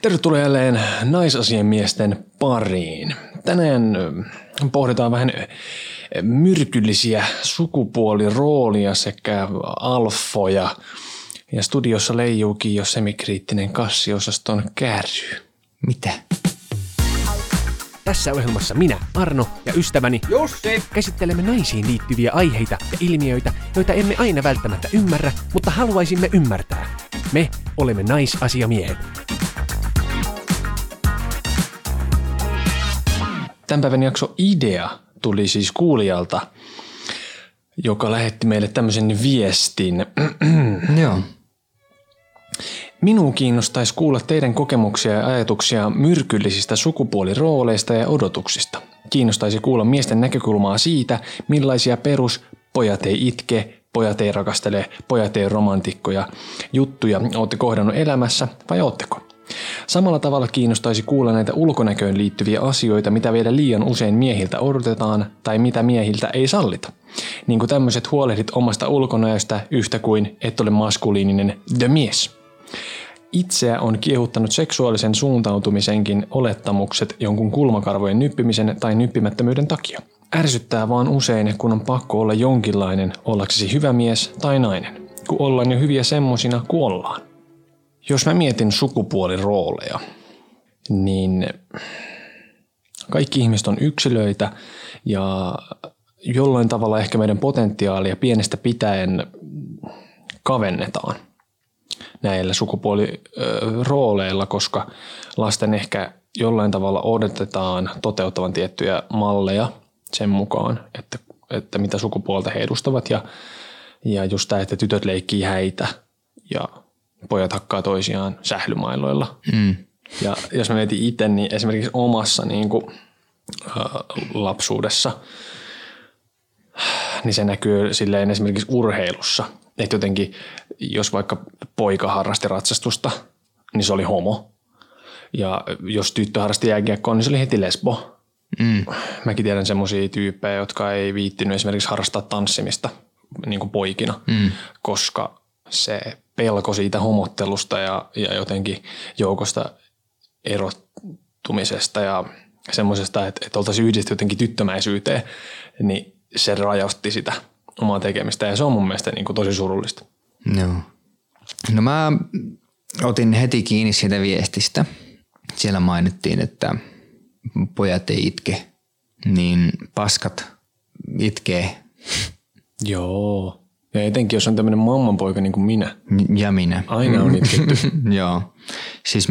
Tervetuloa jälleen naisasiamiesten pariin. Tänään pohditaan vähän myrkyllisiä sukupuoliroolia sekä alfoja. Ja studiossa leijuukin jo semikriittinen kassiosaston kärry. Mitä? Tässä ohjelmassa minä, Arno ja ystäväni Jussi käsittelemme naisiin liittyviä aiheita ja ilmiöitä, joita emme aina välttämättä ymmärrä, mutta haluaisimme ymmärtää. Me olemme naisasiamiehet. Tämän päivän jakso idea tuli siis kuulijalta, joka lähetti meille tämmöisen viestin. Joo. Minun kiinnostaisi kuulla teidän kokemuksia ja ajatuksia myrkyllisistä sukupuolirooleista ja odotuksista. Kiinnostaisi kuulla miesten näkökulmaa siitä, millaisia pojat ei itke, pojat ei rakastele, pojat ei romantikkoja juttuja olette kohdannut elämässä vai ootteko? Samalla tavalla kiinnostaisi kuulla näitä ulkonäköön liittyviä asioita, mitä vielä liian usein miehiltä odotetaan tai mitä miehiltä ei sallita. Niin kuin tämmöiset huolehdit omasta ulkonäöstä yhtä kuin et ole maskuliininen the mies. Itseä on kiehuttanut seksuaalisen suuntautumisenkin olettamukset jonkun kulmakarvojen nyppimisen tai nyppimättömyyden takia. Ärsyttää vaan usein, kun on pakko olla jonkinlainen ollaksesi hyvä mies tai nainen, kun ollaan jo hyviä semmosina kuin ollaan. Jos mä mietin sukupuolirooleja, niin kaikki ihmiset on yksilöitä ja jollain tavalla ehkä meidän potentiaalia pienestä pitäen kavennetaan näillä sukupuolirooleilla, koska lasten ehkä jollain tavalla odotetaan toteuttavan tiettyjä malleja sen mukaan, että mitä sukupuolta he edustavat ja just tämä, että tytöt leikkii häitä ja pojat hakkaa toisiaan sählymailoilla. Ja jos mä mietin itse, niin esimerkiksi omassa niin kuin, lapsuudessa, niin se näkyy silleen esimerkiksi urheilussa. Että jotenkin, jos vaikka poika harrasti ratsastusta, niin se oli homo. Ja jos tyttö harrasti jääkiekkoa, niin se oli heti lesbo. Mäkin tiedän semmoisia tyyppejä, jotka ei viittinyt esimerkiksi harrastaa tanssimista niin kuin poikina, koska se pelko siitä homottelusta ja jotenkin joukosta erottumisesta ja semmoisesta, että oltaisiin yhdistetty jotenkin tyttömäisyyteen, niin se rajoitti sitä omaa tekemistä ja se on mun mielestä niin kuin tosi surullista. Joo. No mä otin heti kiinni siitä viestistä. Siellä mainittiin, että pojat ei itke, niin paskat itkee. Joo. Ja etenkin jos on tämmöinen mammanpoika niin kuin minä. Ja minä. Aina on itketty. Joo. Siis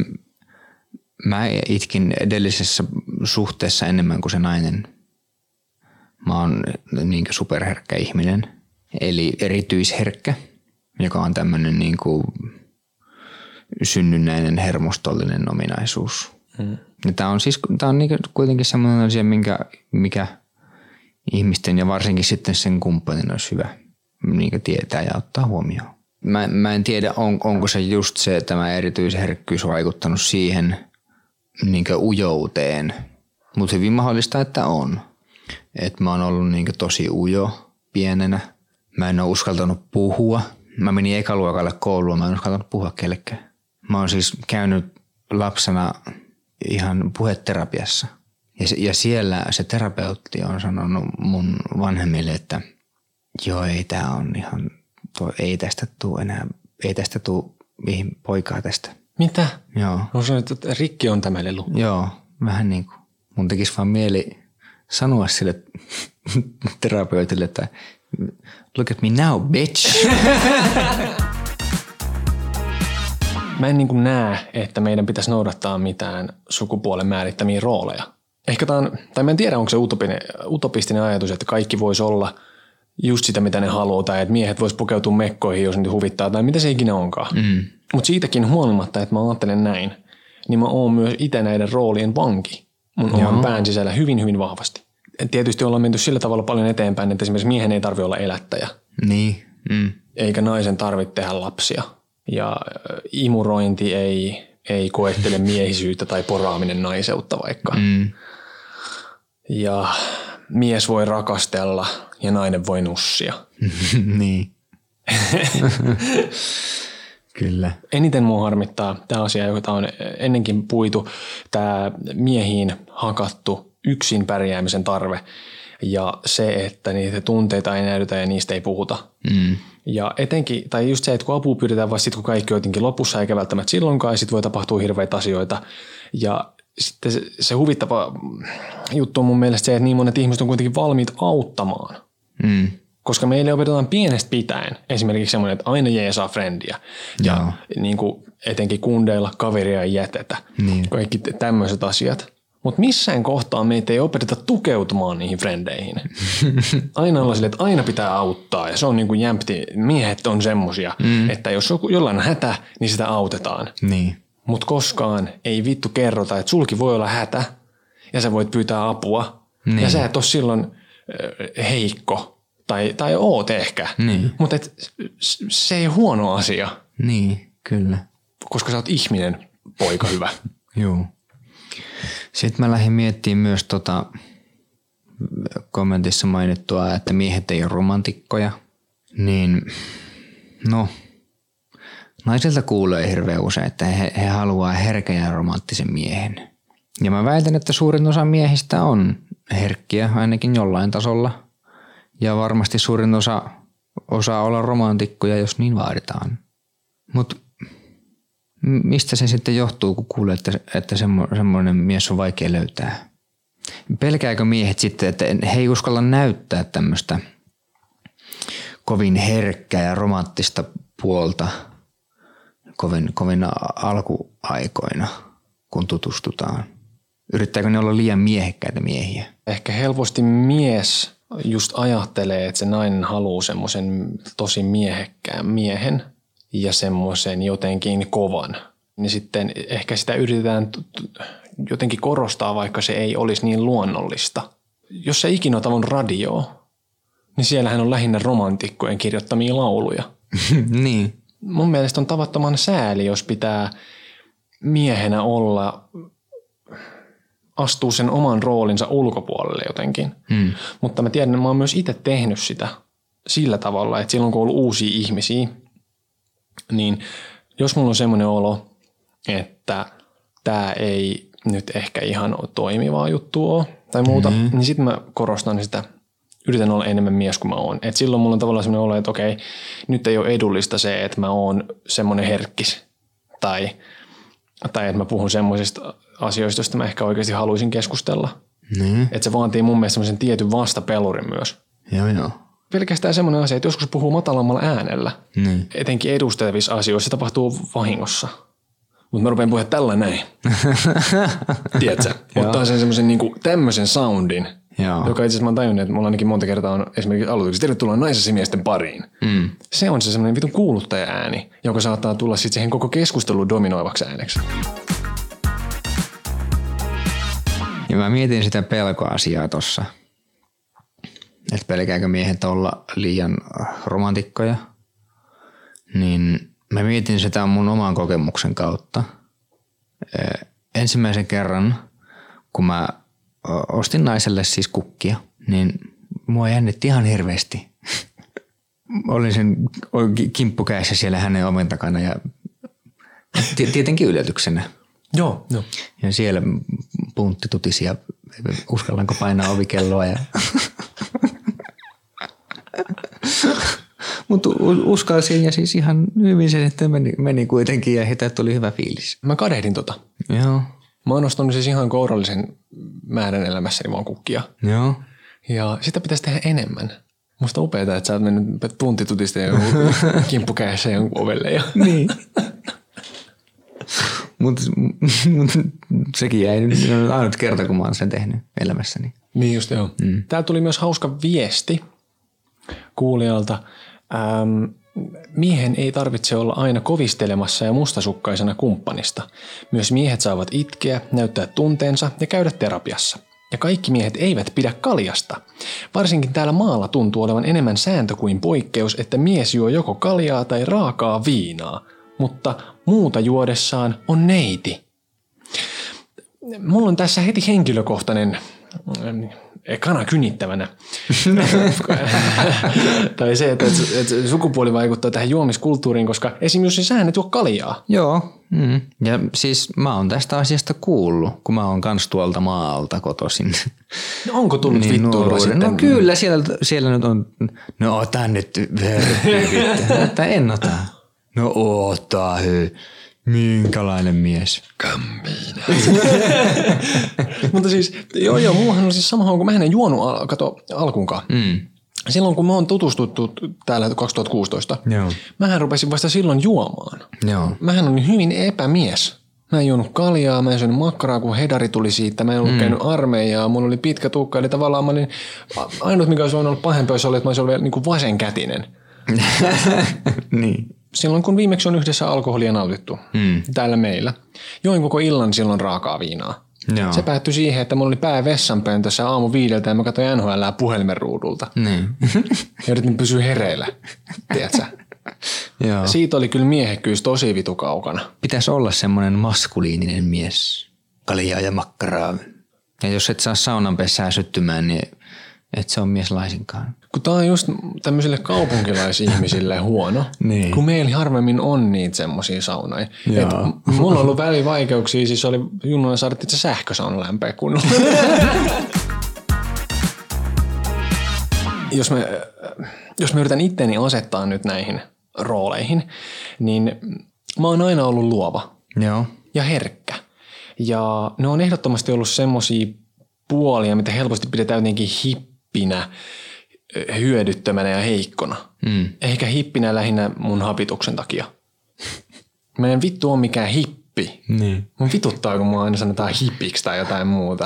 mä itkin edellisessä suhteessa enemmän kuin se nainen. Mä oon niin kuin superherkkä ihminen, eli erityisherkkä, joka on tämmöinen niin kuin synnynnäinen hermostollinen ominaisuus. Ja tää on niin kuin kuitenkin semmoinen asia, mikä ihmisten ja varsinkin sitten sen kumppanin olisi hyvä niin kuin tietää ja ottaa huomioon. Mä en tiedä, onko se just se, että tämä erityisherkkyys on vaikuttanut siihen niin kuin ujouteen, mutta hyvin mahdollista, että on. Että mä oon ollut niin kuin tosi ujo pienenä. Mä en ole uskaltanut puhua. Mä menin ekaluokalle kouluun, mä en uskaltanut puhua kellekään. Mä oon siis käynyt lapsena ihan puheterapiassa. Ja siellä se terapeutti on sanonut mun vanhemmille, että joo, ei tää on ihan, ei tästä tule enää, ei tästä tule poikaa tästä. Mitä? Joo. No sanoin, että rikki on tämä lelu. Joo, vähän niin kuin. Mun tekisi vaan mieli sanoa sille terapeutille, että look at me now, bitch. Mä en niin kuin näe, että meidän pitäisi noudattaa mitään sukupuolen määrittämiä rooleja. Ehkä tai mä en tiedä, onko se utopistinen ajatus, että kaikki voisi olla just sitä, mitä ne haluaa, tai että miehet vois pukeutua mekkoihin, jos niitä huvittaa, tai mitä se ikinä onkaan. Mutta siitäkin huolimatta, että mä ajattelen näin, niin mä oon myös itse näiden roolien vanki mun oman pään sisällä hyvin, hyvin vahvasti. Tietysti ollaan menty sillä tavalla paljon eteenpäin, että esimerkiksi miehen ei tarvitse olla elättäjä. Niin. Eikä naisen tarvitse tehdä lapsia. Ja imurointi ei koettele miehisyyttä tai poraaminen naiseutta vaikka. Ja mies voi rakastella ja nainen voi nussia. Niin. Kyllä. Eniten mua harmittaa tämä asia, joka on ennenkin puitu, tämä miehiin hakattu yksin pärjäämisen tarve ja se, että niitä tunteita ei näytetä ja niistä ei puhuta. Ja etenkin, tai just se, että kun apua pyydetään vasta sitten, kun kaikki on jotenkin lopussa, eikä välttämättä silloinkaan, sitten voi tapahtua hirveitä asioita. Ja sitten se huvittava juttu on mun mielestä se, että niin monet ihmiset on kuitenkin valmiit auttamaan. Koska meille opetetaan pienestä pitäen esimerkiksi semmoinen, että aina jeesaa frendiä. Ja niin kuin etenkin kundeilla kaveria ei jätetä. Niin. Kaikki tämmöiset asiat. Mutta missään kohtaa meitä ei opeteta tukeutumaan niihin frendeihin. Aina ollaan silleen, että aina pitää auttaa ja se on niin kuin jämpti. Miehet on semmosia, että jos jollain on hätä, niin sitä autetaan. Niin. Mutta koskaan ei vittu kerrota, että sulki voi olla hätä ja sä voit pyytää apua. Niin. Ja sä et ole silloin heikko tai oot ehkä. Niin. Mutta se ei ole huono asia. Niin, kyllä. Koska sä oot ihminen, poika hyvä. Joo. Sitten mä lähdin miettimään myös kommentissa mainittua, että miehet ei ole romantikkoja. Niin, no, naisilta kuulee hirveän usein, että he haluaa herkän ja romanttisen miehen. Ja mä väitän, että suurin osa miehistä on herkkiä, ainakin jollain tasolla. Ja varmasti suurin osa osaa olla romantikkoja, jos niin vaaditaan. Mutta mistä se sitten johtuu, kun kuulee, että semmoinen mies on vaikea löytää? Pelkääkö miehet sitten, että he ei uskalla näyttää tämmöistä kovin herkkää ja romanttista puolta kovin alkuaikoina, kun tutustutaan? Yrittääkö ne olla liian miehekkäitä miehiä? Ehkä helposti mies just ajattelee, että se nainen haluaa semmoisen tosi miehekkään miehen ja semmoisen jotenkin kovan. Niin sitten ehkä sitä yritetään jotenkin korostaa, vaikka se ei olisi niin luonnollista. Jos se ikinä on tavannut radioa, niin siellähän on lähinnä romantikkojen kirjoittamia lauluja. Niin. Mun mielestä on tavattoman sääli, jos pitää miehenä olla, astuu sen oman roolinsa ulkopuolelle jotenkin. Mutta mä tiedän, että mä oon myös itse tehnyt sitä sillä tavalla, että silloin kun on ollut uusia ihmisiä, niin jos mulla on semmoinen olo, että tää ei nyt ehkä ihan ole toimivaa juttua ole tai muuta, niin sitten mä korostan sitä, yritän olla enemmän mies kuin mä oon. Et silloin mulla on tavallaan semmoinen olo, että okei, nyt ei ole edullista se, että mä oon semmoinen herkkis tai että mä puhun semmoisista asioista, joista mä ehkä oikeasti haluaisin keskustella. Että se vaatii mun mielestä semmoisen tietyn vastapelurin myös. Joo. Pelkästään semmoinen asia, että joskus puhuu matalammalla äänellä. Etenkin edustavissa asioissa se tapahtuu vahingossa. Mutta mä rupean puhumaan tällä näin. Tiedätkö? Ottaa sen semmoisen niinku tämmöisen soundin, joka itse asiassa mä oon tajunnut, että mulla ainakin monta kertaa on esimerkiksi aloituksessa tervetuloa naisasiamiesten pariin. Se on se semmoinen vitun kuuluttaja-ääni, joka saattaa tulla sitten siihen koko keskusteluun dominoivaksi ääneksi. Ja mä mietin sitä pelkoasiaa tossa. Että pelkääkö miehet olla liian romantikkoja. Niin mä mietin sitä mun oman kokemuksen kautta. Ensimmäisen kerran, kun mä ostin naiselle siis kukkia, niin mua jännitti ihan hirveästi. Olin sen kimppukäessä siellä hänen oven takana ja tietenkin yllätyksenä. Joo. Ja siellä puntti tutisi ja uskallanko painaa ovikelloa. Mutta uskalsin ja siis ihan hyvin sen, että meni kuitenkin ja heti tuli hyvä fiilis. Mä kadehdin tota. Joo. Mä oon ostanut siis ihan kourallisen määrän elämässäni vaan kukkia. Joo. Ja sitä pitäisi tehdä enemmän. Musta upeeta, että sä oot mennyt tunti ja kimppukäessä jonkun ovelle. Ja. Niin. Mutta sekin jäi ainut kerta, kun mä oon sen tehnyt elämässäni. Niin just joo. Täällä tuli myös hauska viesti kuulijalta. Miehen ei tarvitse olla aina kovistelemassa ja mustasukkaisena kumppanista. Myös miehet saavat itkeä, näyttää tunteensa ja käydä terapiassa. Ja kaikki miehet eivät pidä kaljasta. Varsinkin täällä maalla tuntuu olevan enemmän sääntö kuin poikkeus, että mies juo joko kaljaa tai raakaa viinaa, mutta muuta juodessaan on neiti. Mulla on tässä heti henkilökohtainen kana kynittävänä. Tai se, että sukupuoli vaikuttaa tähän juomiskulttuuriin, koska esimerkiksi sähän et juo kaljaa. Joo. Ja siis mä oon tästä asiasta kuullut, kun mä oon kans tuolta maalta kotoisin. No onko tullut niin vittuilua sitten? No kyllä, siellä nyt on, no ota nyt että en ota. No ota minkälainen mies? Kampiina. Mutta siis, joo, mullahan on siis sama homma, kun mähän en juonut alkuunkaan. Silloin kun mä oon tutustuttu täällä 2016, mähän rupesin vasta silloin juomaan. Joo. Mähän olin hyvin epämies. Mä en juonut kaljaa, mä en syönyt makkaraa, kun hedari tuli siitä. Mä en ollut käynyt armeijaa, mulla oli pitkä tukka. Eli tavallaan mä olin, ainut mikä olisi ollut pahempi, olisi ollut, että mä olisin ollut vielä niin kuin vasenkätinen. Niin. Silloin kun viimeksi on yhdessä alkoholia nautittu täällä meillä, join koko illan silloin raakaa viinaa. Joo. Se päättyi siihen, että mulla oli pää vessanpöntössä aamu 5 ja mä katsoin NHL:ää puhelimen ruudulta. Niin. Ja yritin pysyä hereillä, tiedätkö? Joo. Siitä oli kyllä miehekkyys tosi vitu kaukana. Pitäisi olla semmoinen maskuliininen mies. Kaljaa ja makkaraa. Ja jos et saa saunanpesää syttymään, niin et se on mies laisinkaan. Kun tää on just tämmöisille kaupunkilaisihmisille huono, niin. Kun meillä harvemmin on niitä semmosia saunoja. Mulla on ollut välivaikeuksia, siis oli junnuna saada itse sähkösauna lämpeä kunnolla. Jos mä yritän itteni asettaa nyt näihin rooleihin, niin mä oon aina ollut luova. Joo. Ja herkkä. Ja ne on ehdottomasti ollut semmosia puolia, mitä helposti pidetään jotenkin hippinä, hyödyttömänä ja heikkona. Ehkä hippinä lähinnä mun hapituksen takia. Mä en vittu ole mikään hippi. Niin. Mun vituttaa, kun mua aina sanotaan hippiksi tai jotain muuta.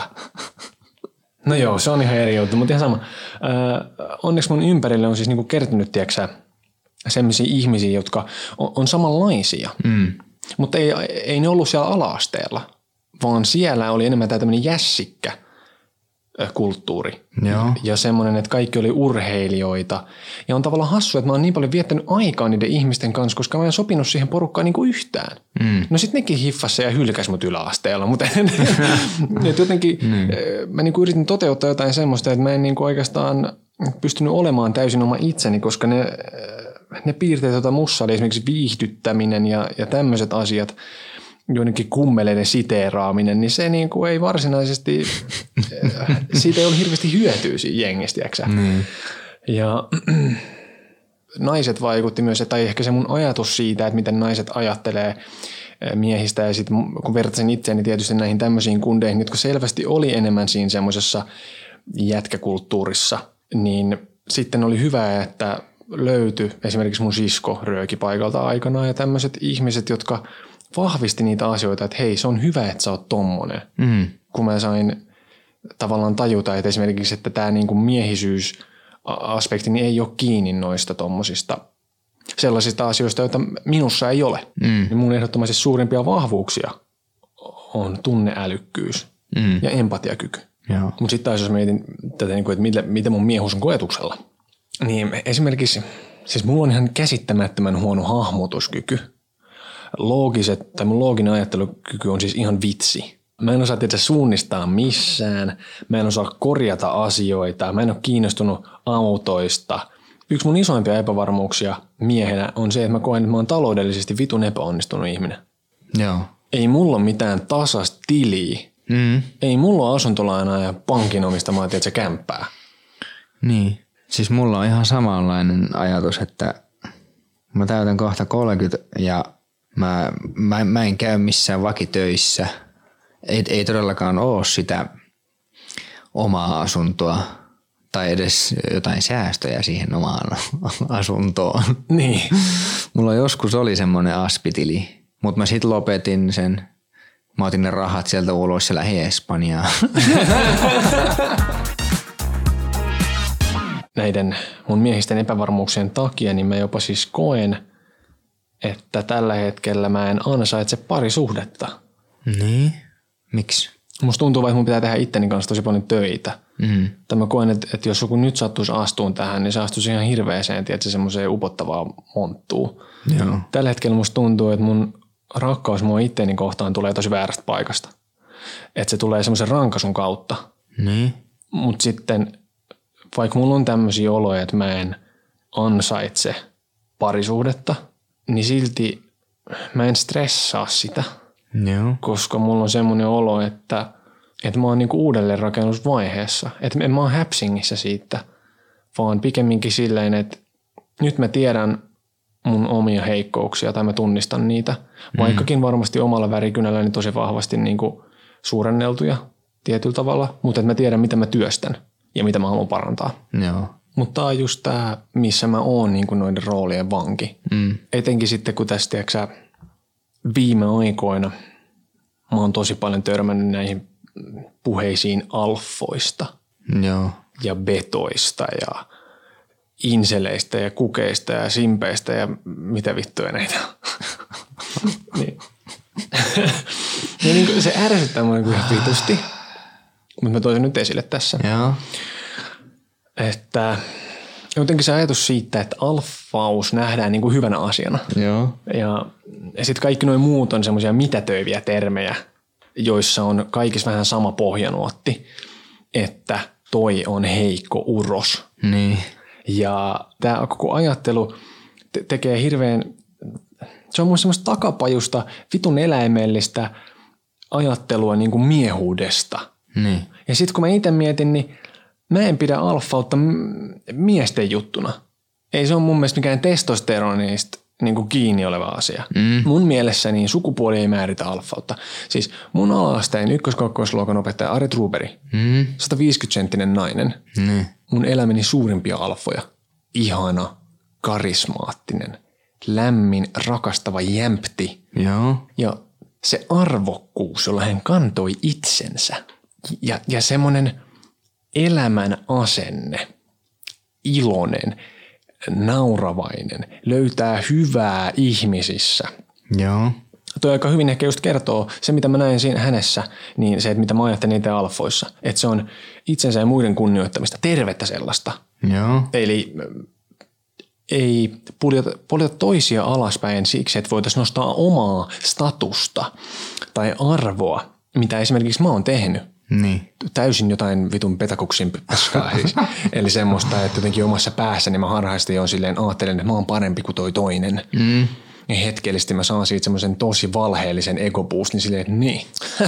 No joo, se on ihan eri juttu, mutta ihan sama. Onneksi mun ympärille on siis niinku kertynyt, tiiäksä, sellaisia ihmisiä, jotka on samanlaisia. Mutta ei ne ollut siellä ala-asteella, vaan siellä oli enemmän tämä tämmöinen jässikkä kulttuuri. Joo. Ja semmoinen, että kaikki oli urheilijoita. Ja on tavallaan hassua, että mä oon niin paljon viettänyt aikaa niiden ihmisten kanssa, koska mä en sopinut siihen porukkaan niinku yhtään. No sit nekin hiffasi ja hylkäs mut yläasteella, mutta jotenkin mä niinku yritin toteuttaa jotain semmoista, että mä en niinku oikeastaan pystynyt olemaan täysin oma itseni, koska ne piirteet, joita mussa oli esimerkiksi viihdyttäminen ja tämmöiset asiat, joidenkin kummeleiden siteeraaminen, niin se niin kuin ei varsinaisesti, siitä ei ole hirveästi hyötyä siinä jengissä, tiiäksä. Ja naiset vaikutti myös, tai ehkä se mun ajatus siitä, että miten naiset ajattelee miehistä, ja sitten kun vertasin itseäni tietysti näihin tämmöisiin kundeihin, jotka selvästi oli enemmän siinä semmoisessa jätkäkulttuurissa, niin sitten oli hyvä, että löytyi esimerkiksi mun sisko röökipaikalta aikanaan, ja tämmöiset ihmiset, jotka vahvisti niitä asioita, että hei, se on hyvä, että sä oot tommonen. Kun mä sain tavallaan tajuta, että esimerkiksi, että tämä niin kuin miehisyysaspekti niin ei ole kiinni noista tommosista sellaisista asioista, joita minussa ei ole. Niin mun ehdottomasti suurimpia vahvuuksia on tunneälykkyys ja empatiakyky. Mutta sitten taas jos mietin tätä, että miten mun miehuus on koetuksella, niin esimerkiksi, siis mulla on ihan käsittämättömän huono hahmotuskyky. Mun looginen ajattelukyky on siis ihan vitsi. Mä en osaa tietysti suunnistaa missään, mä en osaa korjata asioita, mä en ole kiinnostunut autoista. Yksi mun isoimpia epävarmuuksia miehenä on se, että mä koen, että mä oon taloudellisesti vitun epäonnistunut ihminen. Joo. Ei mulla ole mitään tasasta tiliä. Ei mulla ole asuntolainaa ja pankin omistamaa, tiedätkö, kämppää. Niin. Siis mulla on ihan samanlainen ajatus, että mä täytän kohta 30 ja mä en käy missään vakitöissä. Ei todellakaan ole sitä omaa asuntoa tai edes jotain säästöjä siihen omaan asuntoon. Niin. Mulla joskus oli semmoinen aspitili, mutta mä sit lopetin sen. Mä otin ne rahat sieltä ulos ja lähdin Espanjaan. Näiden mun miehisten epävarmuuksien takia niin mä jopa siis koen, että tällä hetkellä mä en ansaitse parisuhdetta. Niin? Miksi? Musta tuntuu vaan, että mun pitää tehdä itteni kanssa tosi paljon töitä. Tai mä koen, että jos joku nyt sattuisi astuun tähän, niin se astuisi ihan hirveeseen, tiedätkö, semmoiseen upottavaan monttuun. Joo. Tällä hetkellä musta tuntuu, että mun rakkaus mua itteni kohtaan tulee tosi väärästä paikasta. Että se tulee semmoisen rankasun kautta. Niin. Mutta sitten vaikka mulla on tämmöisiä oloja, että mä en ansaitse parisuhdetta, niin silti mä en stressaa sitä. Joo. Koska mulla on semmoinen olo, että mä oon niinku uudelleenrakennusvaiheessa. Että en mä oon häpsingissä siitä, vaan pikemminkin silleen, että nyt mä tiedän mun omia heikkouksia tai mä tunnistan niitä. Vaikkakin varmasti omalla värikynälläni tosi vahvasti niinku suurenneltuja tietyllä tavalla, mutta että mä tiedän, mitä mä työstän ja mitä mä haluan parantaa. Joo. Mutta tää on just tää, missä mä oon niinku noiden roolien vanki. Etenkin sitten, kun tässä tiedätkö, viime aikoina mä oon tosi paljon törmännyt näihin puheisiin alfoista. Joo. Ja betoista ja inseleistä ja kukeista ja simpeistä ja mitä vittuja näitä. Niin. Ja niin se ärsyttää mua niin ihan vitusti, mutta mä toisin nyt esille tässä. Joo. Että jotenkin se ajatus siitä, että alfaus nähdään niin kuin hyvänä asiana. Joo. Ja sitten kaikki nuo muut on semmoisia mitätöiviä termejä, joissa on kaikissa vähän sama pohjanuotti, että toi on heikko uros. Niin. Ja tämä koko ajattelu tekee hirveän, se on mun semmoista takapajusta, vitun eläimellistä ajattelua niin kuin miehuudesta. Niin. Ja sitten kun mä itse mietin, niin mä en pidä alfautta miesten juttuna. Ei se ole mun mielestä mikään testosteronista niin kuin kiinni oleva asia. Mun mielessäni sukupuoli ei määritä alfautta. Siis mun ala-asteen ykkös-kakkosluokan opettaja Ari Truberi, 150-senttinen nainen, mun elämäni suurimpia alfoja. Ihana, karismaattinen, lämmin, rakastava jämpti. Joo. Ja se arvokkuus, jolla hän kantoi itsensä ja semmoinen elämän asenne, iloinen, nauravainen, löytää hyvää ihmisissä. Joo. Tuo aika hyvin ehkä just kertoo se, mitä mä näin siinä hänessä, niin se, että mitä mä ajattelin niitä alfoissa. Että se on itsensä ja muiden kunnioittamista, tervettä sellaista. Joo. Eli ei poljeta toisia alaspäin siksi, että voitaisiin nostaa omaa statusta tai arvoa, mitä esimerkiksi mä oon tehnyt. Niin. Täysin jotain vitun petakuksin paskaa. Siis. Eli semmoista, että jotenkin omassa päässäni mä harhaisesti on silleen ajattelen, että mä oon parempi kuin toi toinen. Ja hetkellisesti mä saan siitä semmoisen tosi valheellisen egoboostin silleen, että niin,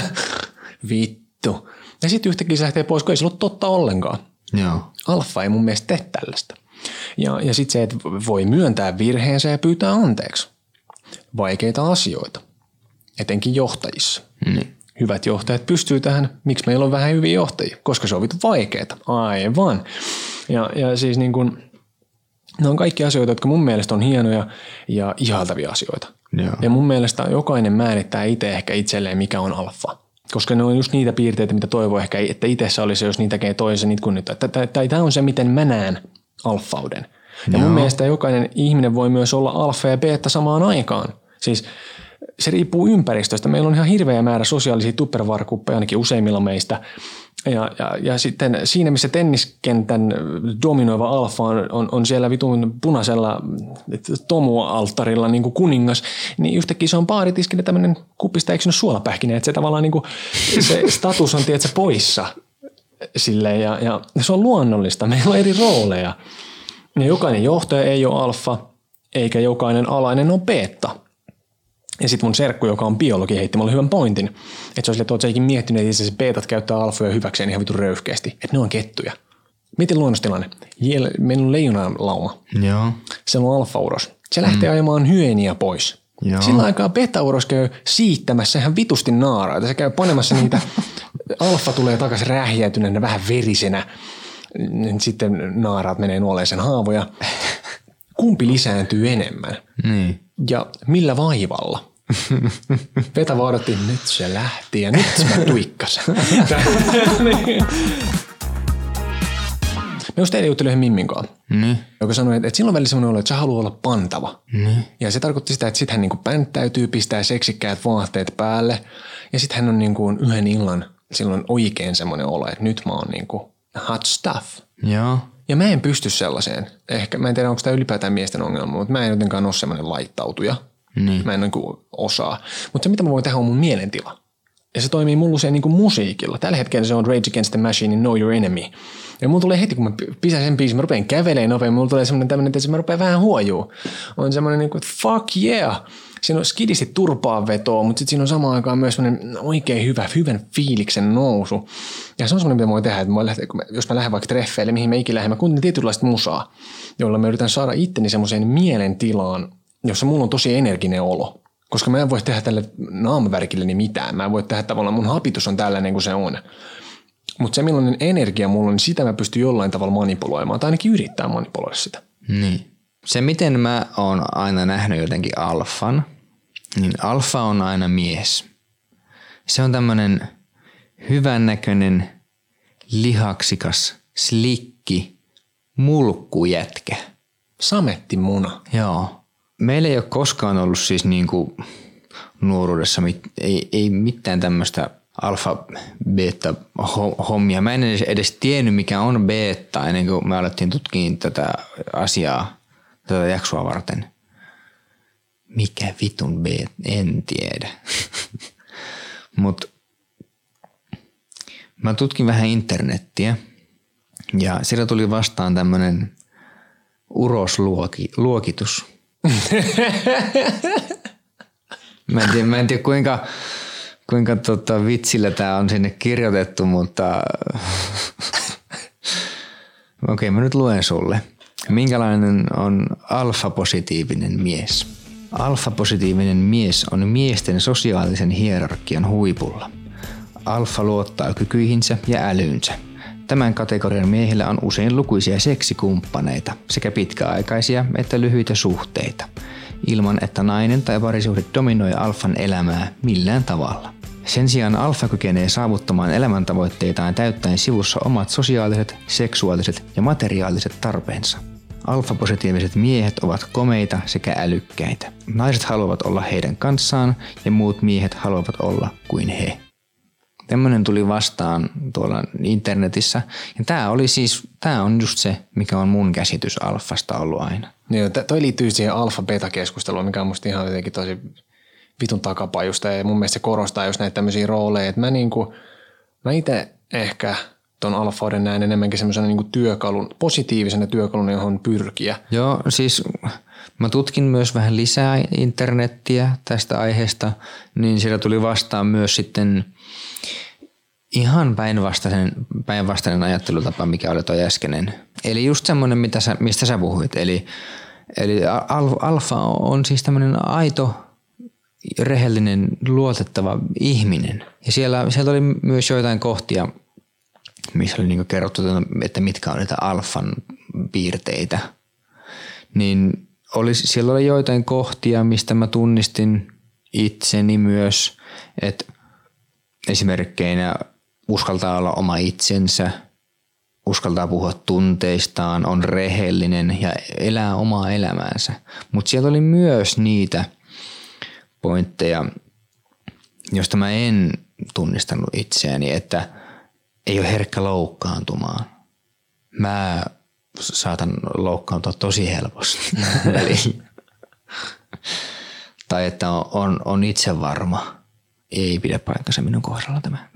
vittu. Ja sitten yhtäkkiä se lähtee pois, kun ei se ollut totta ollenkaan. Joo. Alfa ei mun mielestä tee tällaista. Ja sitten se, että voi myöntää virheensä ja pyytää anteeksi. Vaikeita asioita, etenkin johtajissa. Hyvät johtajat pystyy tähän. Miksi meillä on vähän hyviä johtajia? Koska se on vittu vaikeeta. Aivan. Ja siis niin kuin, ne on kaikki asioita, jotka mun mielestä on hienoja ja ihaltavia asioita. Joo. Ja mun mielestä jokainen määrittää itse ehkä itselleen, mikä on alfa. Koska ne on just niitä piirteitä, mitä toivoo ehkä, että itsessä olisi, jos niitä tekee toisessa, niitä kunnittaa. Tämä on se, miten mä näen alfauden. Ja mun mielestä jokainen ihminen voi myös olla alfa ja beta samaan aikaan. Siis se riippuu ympäristöstä. Meillä on ihan hirveä määrä sosiaalisia tupperware-kuppeja, ainakin useimmilla meistä. Ja sitten siinä, missä tenniskentän dominoiva alfa on siellä vitun punaisella tomualttarilla niin kuin kuningas, niin yhtäkkiä se on baaritiskillä tämmöinen kuppista eksynyt suolapähkinä, että se tavallaan niin kuin, se status on tietysti poissa silleen, ja se on luonnollista. Meillä on eri rooleja. Ja jokainen johtaja ei ole alfa, eikä jokainen alainen ole beta. Ja sitten mun serkku, joka on biologi, heitti mulle hyvän pointin. Että se on sille, että oot sä ikin miettinyt, että itse asiassa beetat käyttää alfoja hyväkseen ihan vitun röyhkeästi. Että ne on kettuja. Mietin luonnostilanne. Meillä on leijonalauma. Joo. Se on alfauros. Se lähtee ajamaan hyeniä pois. Joo. Sillä aikaa betauros käy siittämässä ihan vitusti naaraita. Se käy panemassa niitä. Alfa tulee takaisin rähjäytyneenä, vähän verisenä. Sitten naaraat menee nuoleen sen haavoja. Kumpi lisääntyy enemmän? Niin. Ja millä vaivalla? Beta vaan odotti, nyt se lähti ja nyt mä tuikkasen. Me just eilen juttelin yhden Mimminkaan, joka sanoi, että silloin välillä semmoinen olo, että sä haluaa olla pantava. Ja se tarkoitti sitä, että sit hän niinku pänttäytyy, pistää seksikkäät vaatteet päälle. Ja sit hän on niinku yhden illan silloin oikein semmoinen olo, että nyt mä oon niinku hot stuff. Joo. Ja mä en pysty sellaiseen. Ehkä, mä en tiedä, onko tämä ylipäätään miesten ongelma, mutta mä en jotenkaan ole semmoinen laittautuja. Mä en niin kuin osaa. Mutta se, mitä mä voin tehdä, on mun mielentila. Ja se toimii mulla usein niin kuin musiikilla. Tällä hetkellä se on Rage Against the Machinein Know Your Enemy. Ja mulla tulee heti, kun mä pisän sen biisin, mä rupean kävelemään nopein, mulla tulee semmoinen tämmöinen, että mä rupean vähän huojuu. On semmoinen niin kuin, fuck yeah. Siinä on skidisti turpaan vetoa, mutta sitten siinä on samaan aikaan myös semmoinen oikein hyvän fiiliksen nousu. Ja se on semmoinen, mitä mä voin tehdä, että jos mä lähden vaikka treffeille, mihin mä ikinä lähden, mä kuuntelen tietynlaista musaa, jolla mä yritän saada itteni semmoiseen mielentilaan, jossa mulla on tosi energinen olo. Koska mä en voi tehdä tälle naamavärkilleni mitään. Mä en voi tehdä tavallaan, mun hapitus on tällainen kuin se on. Mutta se millainen energia mulla on, niin sitä mä pystyn jollain tavalla manipuloimaan. Tai ainakin yrittää manipuloida sitä. Niin. Se miten mä oon aina nähnyt jotenkin alfan, niin alfa on aina mies. Se on tämmönen hyvännäköinen, lihaksikas, slikki, mulkkujätkä. Samettimuna. Joo. Meillä ei ole koskaan ollut siis niinku nuoruudessa ei mitään tämmöistä alfa-beta-hommia. Mä en edes tiennyt, mikä on beta, ennen kuin me alettiin tutkimaan tätä asiaa, tätä jaksoa varten. Mikä vitun beta? En tiedä. Mut mä tutkin vähän internettiä ja siellä tuli vastaan tämmönen urosluokitus. Mä en tiedä kuinka vitsillä tää on sinne kirjoitettu, mutta okei, mä nyt luen sulle. Minkälainen on alfa-positiivinen mies? Alfa-positiivinen mies on miesten sosiaalisen hierarkian huipulla. Alfa luottaa kykyihinsä ja älyynsä. Tämän kategorian miehillä on usein lukuisia seksikumppaneita, sekä pitkäaikaisia että lyhyitä suhteita, ilman että nainen tai parisuhde dominoi alfan elämää millään tavalla. Sen sijaan alfa kykenee saavuttamaan elämäntavoitteitaan täyttäen sivussa omat sosiaaliset, seksuaaliset ja materiaaliset tarpeensa. Alfa-positiiviset miehet ovat komeita sekä älykkäitä. Naiset haluavat olla heidän kanssaan ja muut miehet haluavat olla kuin he. Tämmöinen tuli vastaan tuolla internetissä. Ja tää on just se, mikä on mun käsitys alfasta ollut aina. Joo, toi liittyy siihen alfa-beta-keskusteluun, mikä on musta ihan jotenkin tosi vitun takapajusta. Ja mun mielestä se korostaa just näitä tämmöisiä rooleja. Että mä itse ehkä ton alfauden näen enemmänkin semmoisena niinku työkalun, positiivisena työkaluna, johon pyrkiä. Joo, siis mä tutkin myös vähän lisää internettiä tästä aiheesta, niin siellä tuli vastaan myös sitten ihan päinvastainen ajattelutapa, mikä oli toi äskeinen. Eli just semmoinen, mistä sä puhuit. Eli alfa on siis tämmöinen aito, rehellinen, luotettava ihminen. Ja sieltä oli myös joitain kohtia, missä oli niinku kerrottu, että mitkä on niitä alfan piirteitä. Niin siellä oli joitain kohtia, mistä mä tunnistin itseni myös, että esimerkkeinä uskaltaa olla oma itsensä, uskaltaa puhua tunteistaan, on rehellinen ja elää omaa elämäänsä. Mutta siellä oli myös niitä pointteja, joista mä en tunnistanut itseäni, että ei ole herkkä loukkaantumaan. Mä saatan loukkaantua tosi helposti. Tai että on itse varma. Ei pidä paikkansa minun kohdalla tämä.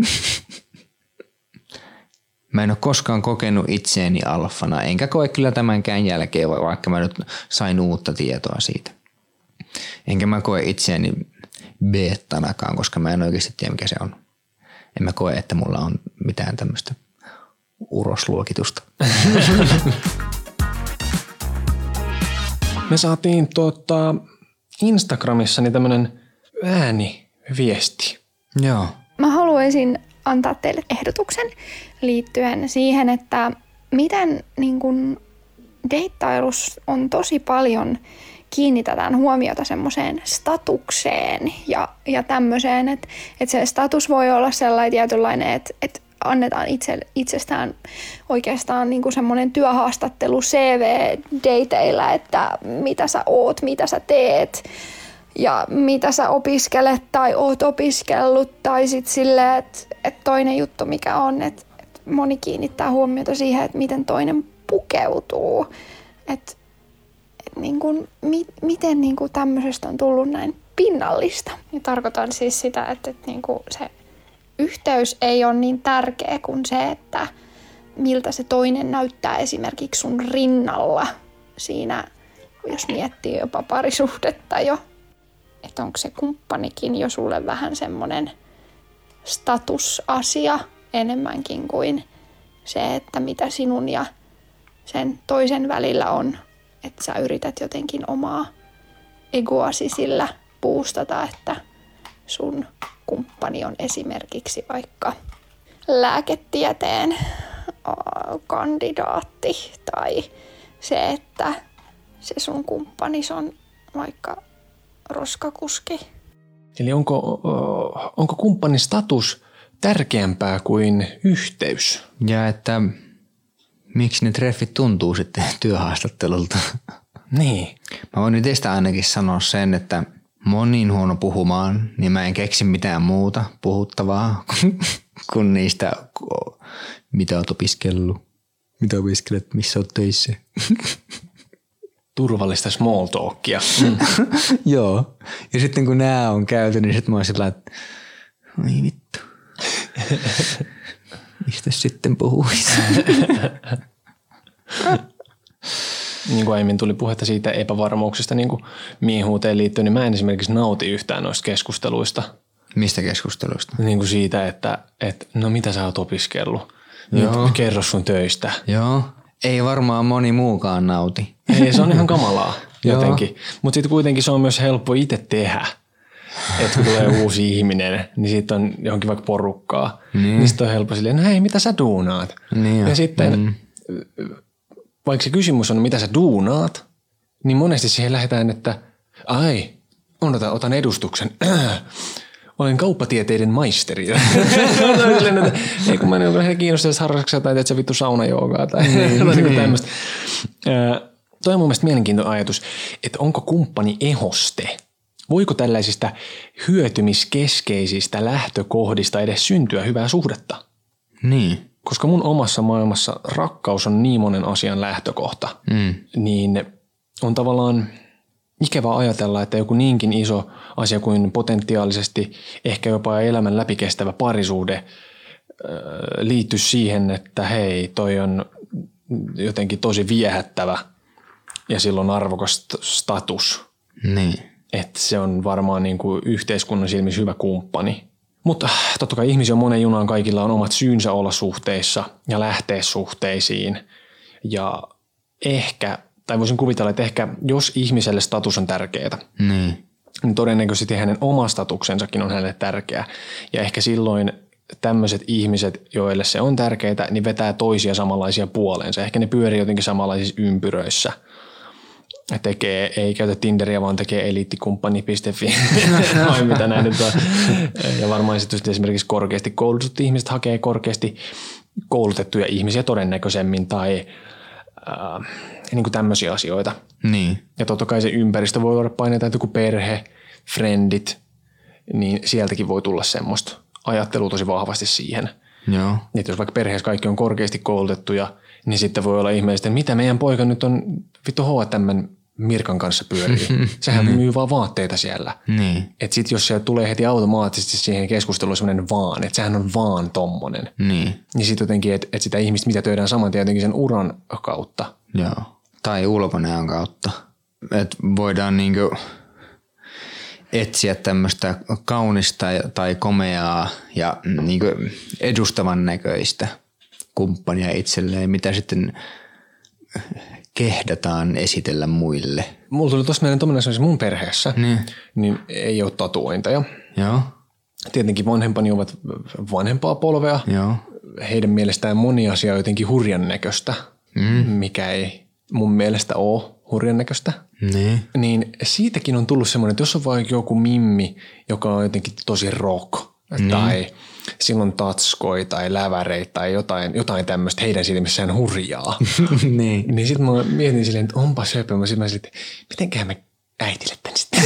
Mä en ole koskaan kokenut itseäni alfana, enkä koe kyllä tämänkään jälkeen, vaikka mä nyt sain uutta tietoa siitä. Enkä mä koe itseäni beettanakaan, koska mä en oikeasti tiedä mikä se on. En mä koe, että mulla on mitään tämmöistä urosluokitusta. Me saatiin Instagramissa niin tämmönen ääniviesti. Joo. Mä haluaisin antaa teille ehdotuksen liittyen siihen, että miten niin kun deittailussa on tosi paljon kiinnitetään huomiota semmoiseen statukseen ja tämmöiseen, että se status voi olla sellainen tietynlainen, että annetaan itsestään oikeastaan niin kuin semmoinen työhaastattelu CV-dateilla, että mitä sä oot, mitä sä teet ja mitä sä opiskelet tai oot opiskellut tai sitten silleen, että toinen juttu mikä on, että moni kiinnittää huomiota siihen, että miten toinen pukeutuu, että niin kuin, miten niin kuin tämmöisestä on tullut näin pinnallista. Ja tarkoitan siis sitä, että niin kuin se yhteys ei ole niin tärkeä kuin se, että miltä se toinen näyttää esimerkiksi sun rinnalla siinä, jos miettii jopa parisuhdetta jo. Että onko se kumppanikin jo sulle vähän semmoinen statusasia enemmänkin kuin se, että mitä sinun ja sen toisen välillä on. Että sä yrität jotenkin omaa egoasi sillä boostata, että sun kumppani on esimerkiksi vaikka lääketieteen kandidaatti tai se, että se sun kumppanis on vaikka roskakuski. Eli onko kumppanin status tärkeämpää kuin yhteys? Ja että miksi ne treffit tuntuu sitten työhaastattelulta? Niin. Mä voin nyt teistä ainakin sanoa sen, että mä oon niin huono puhumaan, niin mä en keksi mitään muuta puhuttavaa kuin niistä, mitä oot opiskellut, mitä opiskelet, missä oot töissä. Turvallista small talkia. Joo. Ja sitten kun nää on käyty, niin sitten mä oon sillä, että oi vittu. Mistä sitten puhuisi? Niin kuin aiemmin tuli puhetta siitä epävarmuuksista niin kuin miehuuteen liittyen, niin mä en esimerkiksi nauti yhtään noista keskusteluista. Mistä keskusteluista? Niin kuin siitä, että no mitä sä oot opiskellut? Joo. Nyt kerro sun töistä. Joo. Ei varmaan moni muukaan nauti. Ei, se on ihan kamalaa jotenkin. Mutta sitten kuitenkin se on myös helppo itse tehdä. Että kun tulee uusi ihminen, niin sitten on johonkin vaikka porukkaa. Niin sitten on helppo silleen, no hei, mitä sä duunaat? Niin ja sitten, vaikka se kysymys on, mitä sä duunaat, niin monesti siihen lähdetään, että otan edustuksen. Olen kauppatieteiden maisteri. Ei kun mä en ole kiinnostunut harrastuksesta tai teet sä vittu saunajoogaa tai niin tämmöistä. Toi on mun mielestä mielenkiintoinen ajatus, että onko kumppani ehoste? Voiko tällaisista hyötymiskeskeisistä lähtökohdista edes syntyä hyvää suhdetta? Niin. Koska mun omassa maailmassa rakkaus on niin monen asian lähtökohta, niin on tavallaan ikävä ajatella, että joku niinkin iso asia kuin potentiaalisesti ehkä jopa elämän läpikestävä parisuhde liittyy siihen, että hei, toi on jotenkin tosi viehättävä ja sillä on arvokas status. Niin. Että se on varmaan niin kuin yhteiskunnan silmissä hyvä kumppani. Mutta totta kai ihmisiä on monen junaan, kaikilla on omat syynsä olla suhteissa ja lähteä suhteisiin. Ja ehkä, tai voisin kuvitella, että ehkä jos ihmiselle status on tärkeää, niin todennäköisesti hänen oma statuksensakin on hänelle tärkeä. Ja ehkä silloin tämmöiset ihmiset, joille se on tärkeää, niin vetää toisia samanlaisia puoleensa. Ehkä ne pyörii jotenkin samanlaisissa ympyröissä. Ei käytä Tinderiä, vaan tekee eliittikumppani.fi vai mitä näin nyt on. Ja varmaan sitten esimerkiksi korkeasti koulutetut ihmiset hakee korkeasti koulutettuja ihmisiä todennäköisemmin tai niin kuin tämmöisiä asioita. Niin. Ja totta kai se ympäristö voi olla paineita, että joku perhe, frendit, niin sieltäkin voi tulla semmoista ajattelua tosi vahvasti siihen. Joo. Että jos vaikka perheessä kaikki on korkeasti koulutettuja, niin sitten voi olla ihmeellistä, että mitä meidän poika nyt on vittu H&M Mirkan kanssa pyörii. Sehän myy vaan vaatteita siellä. Niin. Että sit jos sieltä tulee heti automaattisesti siihen keskusteluun semmoinen vaan, että sehän on vaan tommonen. Niin. Niin sit jotenkin, että sitä ihmistä mitä töidään saman tien jotenkin sen uran kautta. Joo. Tai ulkonäön kautta. Että voidaan niinku etsiä tämmöistä kaunista tai komeaa ja niinku edustavan näköistä kumppania itselleen, mitä sitten kehdataan esitellä muille. Mulla tuli tuossa meidän tommoinen mun perheessä, niin ei ole tatuointeja. Joo. Tietenkin vanhempani ovat vanhempaa polvea. Joo. Heidän mielestään moni asia on jotenkin hurjan näköistä, mikä ei mun mielestä ole hurjan näköistä. Niin siitäkin on tullut semmoinen, että jos on vaikka joku mimmi, joka on jotenkin tosi rock tai silloin tatskoi tai läväreitä tai jotain tämmöistä heidän silmissään hurjaa. Niin sitten mä mietin silleen, että onpa söpö. Sitten mä silleen, että mitenköhän me äitille tän sitten.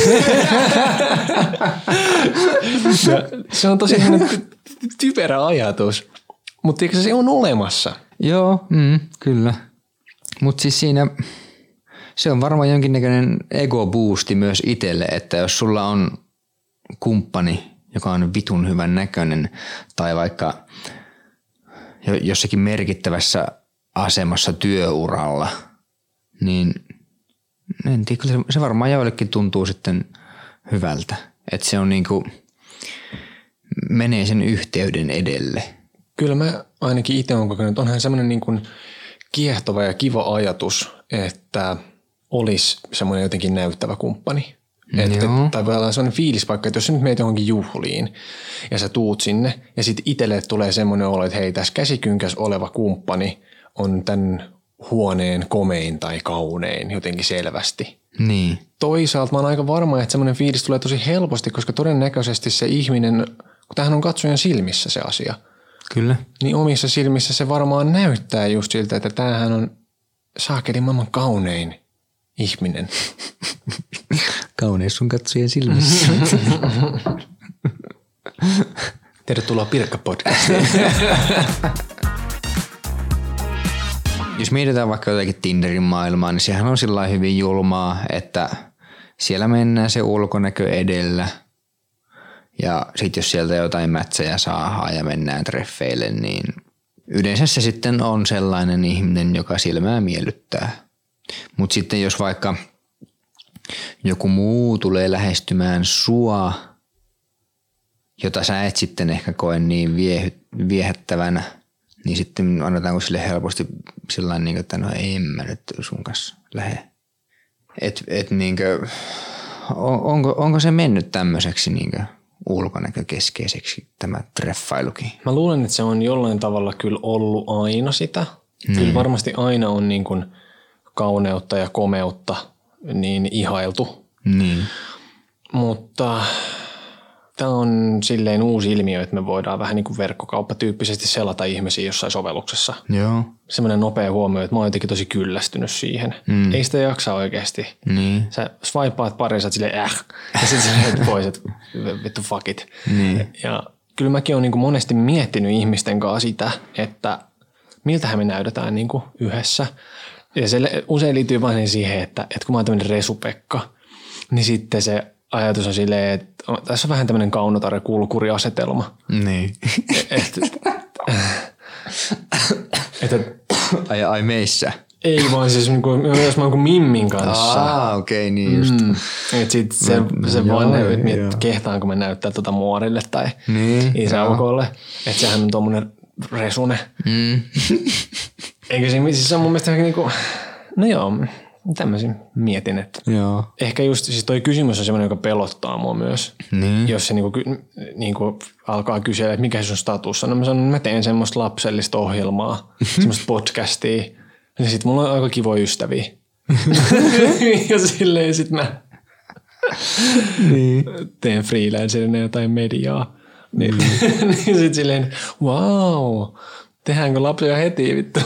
Se on tosi typerä ajatus, mutta eikö se on olemassa? Joo, kyllä. Mutta siis siinä se on varmaan jonkinnäköinen ego-boosti myös itselle, että jos sulla on kumppani, joka on vitun hyvän näköinen tai vaikka jossakin merkittävässä asemassa työuralla, niin en tiedä, se varmaan joillekin tuntuu sitten hyvältä. Että se on niinku, menee sen yhteyden edelle. Kyllä mä ainakin itse olen kokenut, että onhan semmoinen niin kuin kiehtova ja kiva ajatus, että olisi semmoinen jotenkin näyttävä kumppani. Tai voi olla semmoinen fiilispaikka, että jos sä nyt meet johonkin juhliin ja sä tuut sinne ja sitten itselle tulee semmoinen olo, että hei, tässä käsikynkäs oleva kumppani on tämän huoneen komein tai kaunein jotenkin selvästi. Niin. Toisaalta mä oon aika varma, että semmoinen fiilis tulee tosi helposti, koska todennäköisesti se ihminen, kun tämähän on katsojan silmissä se asia. Kyllä. Niin omissa silmissä se varmaan näyttää just siltä, että tämähän on saakelin maailman kaunein ihminen. Kauneus sun katsojen silmissä. Tervetuloa Pirkka-podcastiin. Jos mietitään vaikka jotakin Tinderin maailmaa, niin sehän on sillä hyvin julmaa, että siellä mennään se ulkonäkö edellä. Ja sitten jos sieltä jotain mätsejä saadaan ja mennään treffeille, niin yleensä se sitten on sellainen ihminen, joka silmää miellyttää. Mutta sitten jos vaikka joku muu tulee lähestymään sua, jota sä et sitten ehkä koe niin viehättävänä, niin sitten annetaanko sille helposti sellainen, että no en mä nyt sun kanssa lähde. Onko se mennyt tämmöiseksi ulkonäkökeskeiseksi tämä treffailukin? Mä luulen, että se on jollain tavalla kyllä ollut aina sitä. Kyllä varmasti aina on niin kuin kauneutta ja komeutta niin ihailtu. Niin. Mutta tämä on silleen uusi ilmiö, että me voidaan vähän niin kuin verkkokauppatyyppisesti selata ihmisiä jossain sovelluksessa. Joo. Semmoinen nopea huomio, että mä oon jotenkin tosi kyllästynyt siihen. Ei sitä jaksa oikeasti. Niin. Sä swipeaat pari, sä oot silleen ja sitten sä heet pois, että vittu fuck it. Niin. Ja kyllä mäkin oon niin kuin monesti miettinyt ihmisten kanssa sitä, että miltähän me näytetään niin kuin yhdessä. Ja se usein liittyy vain siihen, että kun mä oon tämmöinen resupekka, niin sitten se ajatus on silleen, että tässä on vähän tämmöinen kaunotar-kulkuri-asetelma. Niin. Ai meissä? Ei vaan siis jos mä oon kuin Mimmin kanssa. Okei, niin just. Että sit se vaan että kehtaanko mä näyttää muorille tai isäukolle. Että sehän on tommonen resune. Eikö se on mun mielestä niinku, no joo, tämmöisin mietin, että ehkä just siis toi kysymys on semmoinen, joka pelottaa mua myös. Niin. Jos se niinku alkaa kysellä, että mikä se on status. No mä sanon, että mä teen semmoista lapsellista ohjelmaa, semmoista podcastia. Ja sit mulla on aika kivoja ystäviä. Ja silleen sit mä teen freelancerina jotain mediaa. Niin sit silleen, wow, tehdäänkö lapsia heti vittu?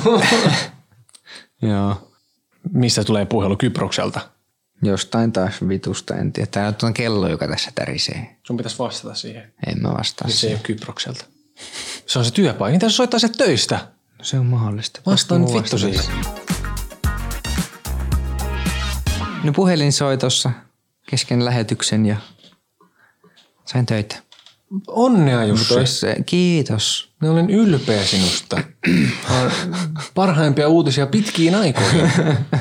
Joo. Mistä tulee puhelu Kyprokselta? Jostain taas vitusta, en tiedä. Tää on kello, joka tässä tärisee. Sun pitäisi vastata siihen. En mä vastaa siihen. Se ei ole Kyprokselta. Se on se työpaikka. Mitä sä soittaa sieltä töistä? No se on mahdollista. Vastaan nyt vittu siihen. No puhelin soi tossa kesken lähetyksen ja sain töitä. Onnea Jussi. Kiitos. Mä olen ylpeä sinusta. Parhaimpia uutisia pitkiin aikoihin.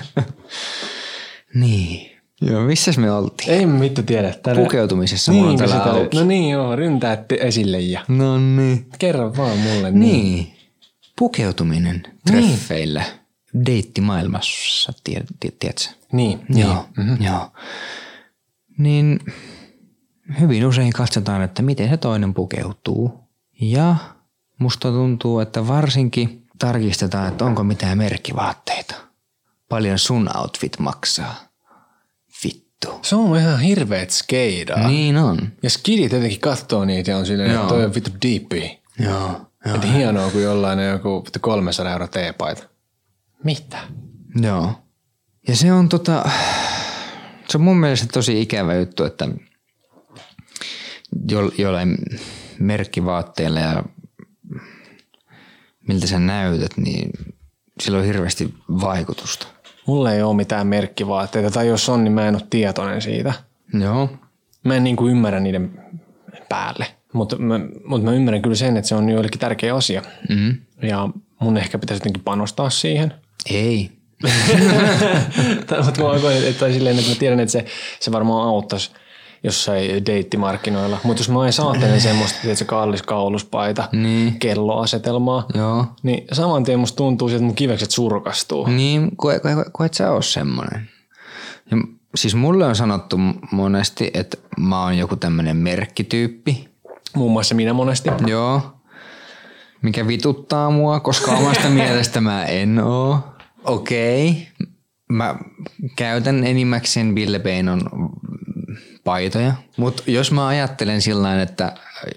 Niin. Joo, missäs me oltiin? Ei mitään tiedä. Pukeutumisessa mulla on täällä auki. No niin joo, ryntäät esille ja. No niin. Kerro vaan mulle. Niin. Pukeutuminen treffeillä. Deittimaailmassa, tiedätkö? Niin. Joo. Joo. Niin hyvin usein katsotaan, että miten se toinen pukeutuu. Ja musta tuntuu, että varsinkin tarkistetaan, että onko mitään merkkivaatteita. Paljon sun outfit maksaa. Vittu. Se on ihan hirveet skeidaa. Niin on. Ja skidit jotenkin katsoo niitä ja on silleen, että toi on vittu deepi. Joo. Että hienoa, kun jollain on joku 300 € teepaita. Mitä? Joo. Ja se on se on mun mielestä tosi ikävä juttu, että jollain merkkivaatteilla ja miltä sä näytät, niin sillä on hirveästi vaikutusta. Mulla ei ole mitään merkkivaatteita, tai jos on, niin mä en ole tietoinen siitä. Joo. Mä en niinku ymmärrä niiden päälle. Mutta mä ymmärrän kyllä sen, että se on joillekin tärkeä asia. Mm. Ja mun ehkä pitäisi jotenkin panostaa siihen. Ei. Tai silleen, että mä tiedän, että se varmaan auttaisi jossain deittimarkkinoilla. Mutta jos mä en saattelen semmoista, että se kallis kauluspaita, kelloasetelmaa, niin saman tien musta tuntuu, että mun kivekset surkastuu. Niin, koet sä oo semmonen. Ja siis mulle on sanottu monesti, että mä oon joku tämmönen merkkityyppi. Muun muassa minä monesti. Joo. Mikä vituttaa mua, koska omasta mielestä mä en oo. Okei. Mä käytän enimmäkseen Ville Beinon paitoja. Mutta jos mä ajattelen sillain, että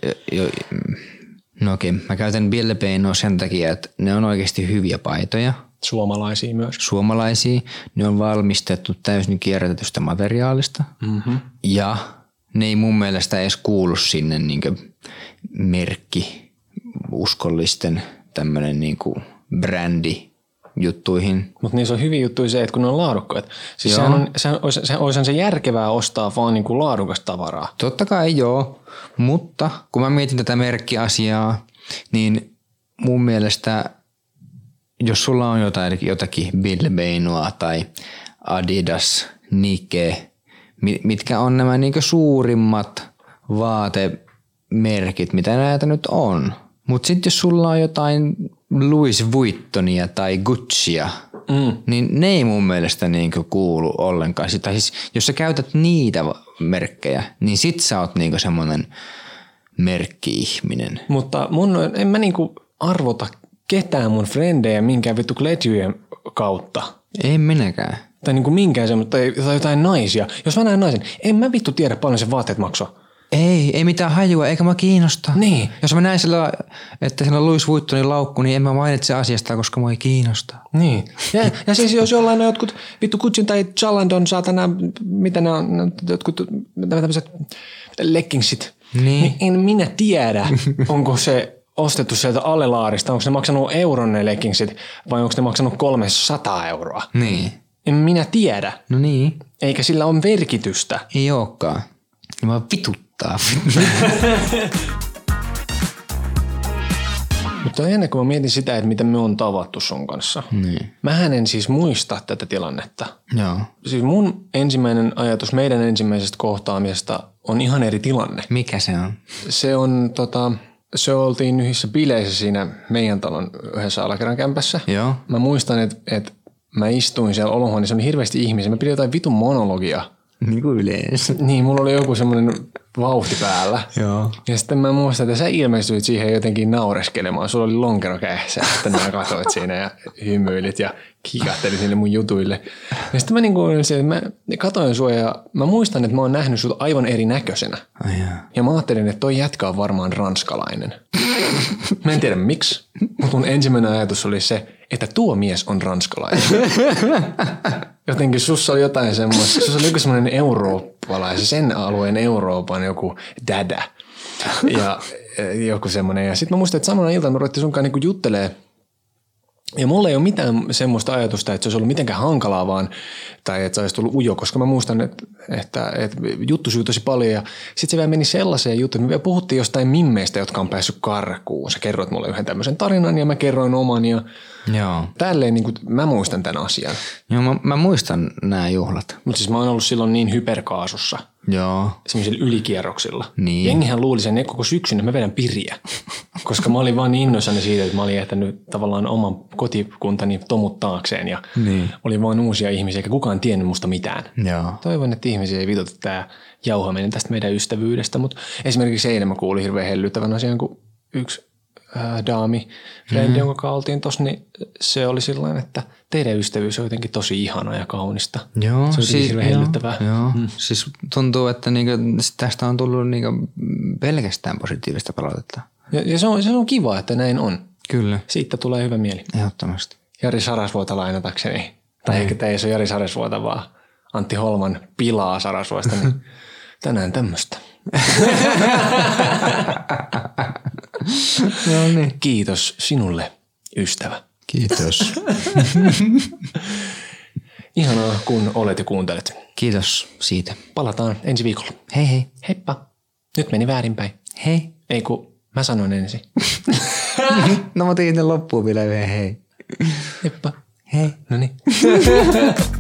mä käytän Ville Beinoa sen takia, että ne on oikeasti hyviä paitoja. Suomalaisia myös. Suomalaisia. Ne on valmistettu täysin kierrätetystä materiaalista. Mm-hmm. Ja ne ei mun mielestä edes kuulu sinne niinkö merkki uskollisten tämmönen niinku brändi juttuihin. Mutta niissä on hyviä juttuja se, että kun ne on laadukkaat. Siis olisihan se järkevää ostaa vaan niinku laadukasta tavaraa. Totta kai joo, mutta kun mä mietin tätä merkkiasiaa, niin mun mielestä jos sulla on jotakin Ville Beinoa tai Adidas, Nike, mitkä on nämä niinku suurimmat vaatemerkit, mitä näitä nyt on. Mutta sitten jos sulla on jotain Louis Vuittonia tai Guccia, niin ne ei mun mielestä niinku kuulu ollenkaan. Tai siis, jos sä käytät niitä merkkejä, niin sit sä oot niinku semmonen merkki-ihminen. Mutta en mä niinku arvota ketään mun frendejä minkään vittu kletjujen kautta. Ei minäkään. Tai niinku minkään semmoista, tai jotain naisia. Jos mä näen naisen, en mä vittu tiedä paljon sen vaatteet maksaa. Ei mitään hajua, eikä mä kiinnosta. Niin. Jos mä näen sillä, että sillä on Louis Vuittonin laukku, niin en mä mainitse asiasta, koska mua ei kiinnosta. Niin. Ja siis jos jollain on jotkut vittu Gucciin tai Chalandon saatana, mitä ne on, jotkut tämmöiset leggingsit, niin en minä tiedä, onko se ostettu sieltä alelaarista, onko ne maksanut euron ne leggingsit vai onko ne maksanut 300 euroa. Niin. En minä tiedä. No niin. Eikä sillä ole merkitystä. Ei olekaan. Ja mä vituttaa. Mutta ennen kuin mä mietin sitä, että miten me on tavattu sun kanssa. Niin. Mähän en siis muista tätä tilannetta. Joo. Siis mun ensimmäinen ajatus meidän ensimmäisestä kohtaamisesta on ihan eri tilanne. Mikä se on? Se oltiin yhdessä bileissä siinä meidän talon yhdessä alakerran kämpässä. Joo. Mä muistan, että mä istuin siellä olohuoneessa, oli hirveästi ihmisiä. Mä pidin jotain vitun monologia. Niin kuin yleensä. Niin, mulla oli joku semmoinen vauhti päällä. Joo. Ja sitten mä muistan, että sä ilmestyit siihen jotenkin naureskelemaan. Sulla oli lonkero kädessä. Sitten mä katsoit siinä ja hymyilit ja kikattelit niille mun jutuille. Ja sitten mä katoin sua ja mä muistan, että mä oon nähnyt sut aivan eri näköisenä. Ja mä ajattelin, että toi jätkä on varmaan ranskalainen. Mä en tiedä miksi, mutta mun ensimmäinen ajatus oli se, että tuo mies on ranskalainen. Jotenkin sussa oli jotain semmoista, sussa oli joku semmoinen eurooppalainen, sen alueen Euroopan joku dädä. Ja joku semmoinen. Ja sitten mä muistan, että samana iltana me ruvettiin sunkaan niinku juttelee. Ja mulla ei ole mitään semmoista ajatusta, että se olisi ollut mitenkään hankalaa vaan, tai että se olisi tullut ujo, koska mä muistan, että juttu syy tosi paljon. Ja sitten se vielä meni sellaiseen juttuun, että me vielä puhuttiin jostain mimmeistä, jotka on päässyt karkuun. Sä kerroit mulle yhden tämmöisen tarinan ja mä kerroin oman ja joo. Tälleen niin kuin mä muistan tämän asian. Joo, mä muistan nämä juhlat. Mutta siis mä oon ollut silloin niin hyperkaasussa. Joo. Semmoisilla ylikierroksilla. Niin. Jengihän luuli sen koko syksyn, että mä vedän piriä. Koska mä olin vaan niin innoissani siitä, että mä olin jättänyt tavallaan oman kotikuntani tomuttaakseen ja oli vaan uusia ihmisiä, eikä kukaan tiennyt musta mitään. Joo. Toivon, että ihmisiä ei vitota tää jauhaminen tästä meidän ystävyydestä, mutta esimerkiksi eilen mä kuulin hirveän hellyttävän asian, kun yksi daami, frendi, jonka kanssa oltiin tossa, niin se oli sillain, että teidän ystävyys on jotenkin tosi ihana ja kaunista. Joo, se on siis, hirveän hellyttävää. Joo. Siis tuntuu, että niinku, tästä on tullut niinku pelkästään positiivista palautetta. Ja se on kiva, että näin on. Kyllä. Siitä tulee hyvä mieli. Ehdottomasti. Jari Sarasvuota lainatakseni. Tai ehkä tämä ei se Jari Sarasvuota, vaan Antti Holman pilaa Sarasvuosta. Niin tänään tämmöistä. No niin. Kiitos sinulle, ystävä. Kiitos. Ihanaa, kun olet ja kuuntelet. Kiitos siitä. Palataan ensi viikolla. Hei hei. Heippa. Nyt meni väärinpäin. Hei. Ei kun mä sanon ensin. No mä tein loppuun vielä yhden hei. Heippa. Hei. Noniin.